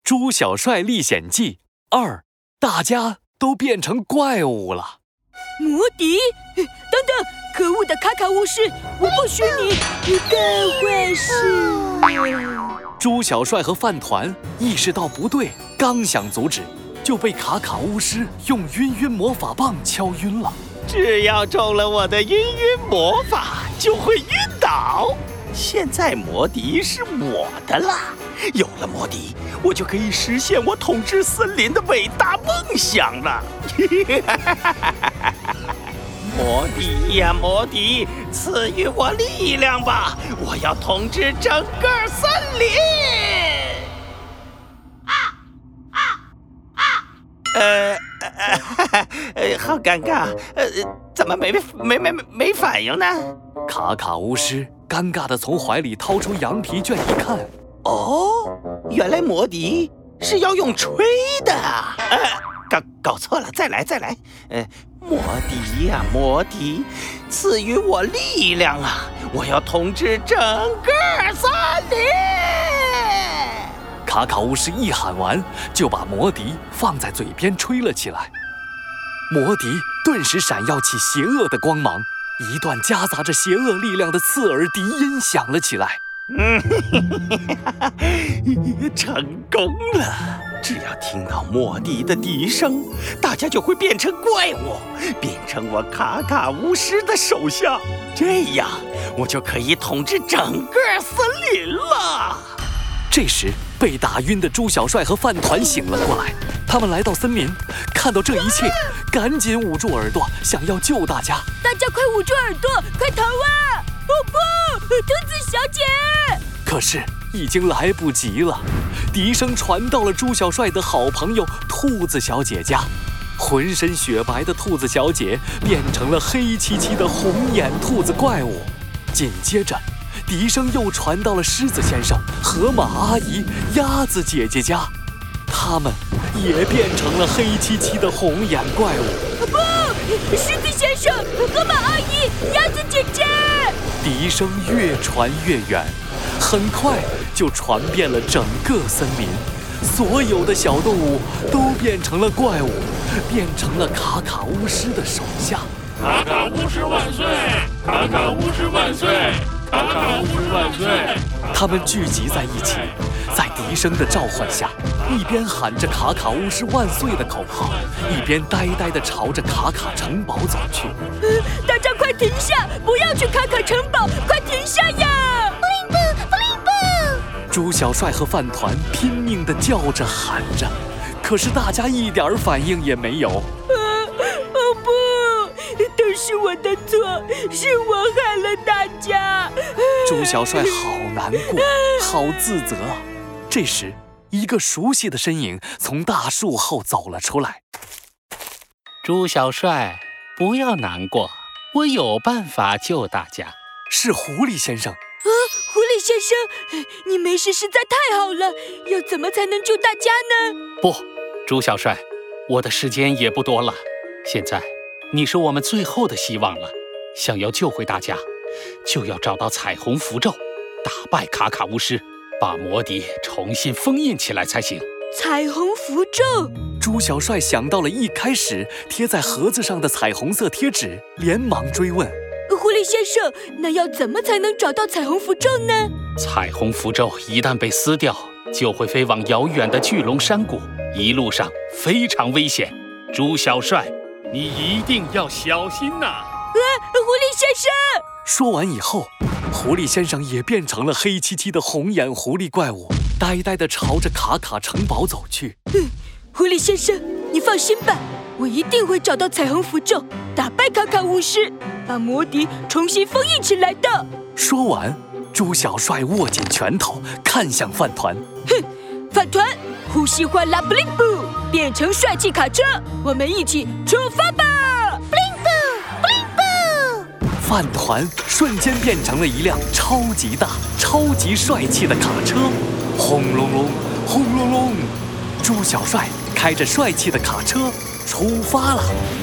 猪小帅历险记2，大家都变成怪物了。 魔笛，等等，可恶的卡卡巫师，我不许你干坏事！ 猪小帅和饭团意识到不对，刚想阻止，就被卡卡巫师用晕晕魔法棒敲晕了。 只要中了我的晕晕魔法，就会晕倒。现在魔笛是我的啦，有了魔笛，我就可以实现我统治森林的伟大梦想了。魔笛呀，魔笛，赐予我力量吧！我要统治整个森林。好尴尬，怎么没反应呢？ 卡卡巫师尴尬地从怀里掏出羊皮卷一看， 哦，原来魔笛是要用吹的。搞错了，再来。魔笛呀，魔笛，赐予我力量啊！我要统治整个森林。 卡卡巫师一喊完，就把魔笛放在嘴边吹了起来。魔笛顿时闪耀起邪恶的光芒，一段夹杂着邪恶力量的刺耳笛音响了起来。 成功了！只要听到魔笛的笛声，大家就会变成怪物，变成我卡卡巫师的手下，这样我就可以统治整个森林了。 这时，被打晕的猪小帅和饭团醒了过来，他们来到森林，看到这一切，赶紧捂住耳朵，想要救大家。 大家快捂住耳朵，快逃啊！哦不，兔子小姐！ 可是已经来不及了，笛声传到了猪小帅的好朋友兔子小姐家。浑身雪白的兔子小姐变成了黑漆漆的红眼兔子怪物。紧接着，笛声又传到了狮子先生、河马阿姨、鸭子姐姐家，他们也变成了黑漆漆的红眼怪物。 不，狮子先生、河马阿姨、鸭子姐姐！ 笛声越传越远，很快就传遍了整个森林，所有的小动物都变成了怪物，变成了卡卡巫师的手下。 卡卡巫师万岁！卡卡巫师万岁！卡卡巫师万岁！ 他们聚集在一起，在笛声的召唤下，一边喊着卡卡巫师万岁的口号，一边呆呆地朝着卡卡城堡走去。 大家快停下，不要去卡卡城堡，快停下呀！ 猪小帅和饭团拼命地叫着喊着，可是大家一点反应也没有。 哦不，都是我的错，是我害了大家。 猪小帅好难过，好自责。这时，一个熟悉的身影从大树后走了出来。 猪小帅，不要难过，我有办法救大家。 是狐狸先生。 狐狸先生，你没事实在太好了，要怎么才能救大家呢？ 不，猪小帅，我的时间也不多了，现在你是我们最后的希望了。想要救回大家，就要找到彩虹符咒，打败卡卡巫师，把魔笛重新封印起来才行。 彩虹符咒？ 猪小帅想到了一开始贴在盒子上的彩虹色贴纸，连忙追问。 狐狸先生，那要怎么才能找到彩虹符咒呢？ 彩虹符咒一旦被撕掉，就会飞往遥远的巨龙山谷，一路上非常危险。猪小帅，你一定要小心呐！ 狐狸先生！ 说完以后，狐狸先生也变成了黑漆漆的红眼狐狸怪物，呆呆地朝着卡卡城堡走去。 狐狸先生，你放心吧，我一定会找到彩虹符咒，打败卡卡巫师，把魔笛重新封印起来的。 说完，猪小帅握紧拳头，看向饭团。 饭团，呼吸唤拉布灵布，变成帅气卡车，我们一起出发吧！布灵布，布灵布。 饭团瞬间变成了一辆超级大、超级帅气的卡车，轰隆隆，轰隆隆，猪小帅开着帅气的卡车出发了。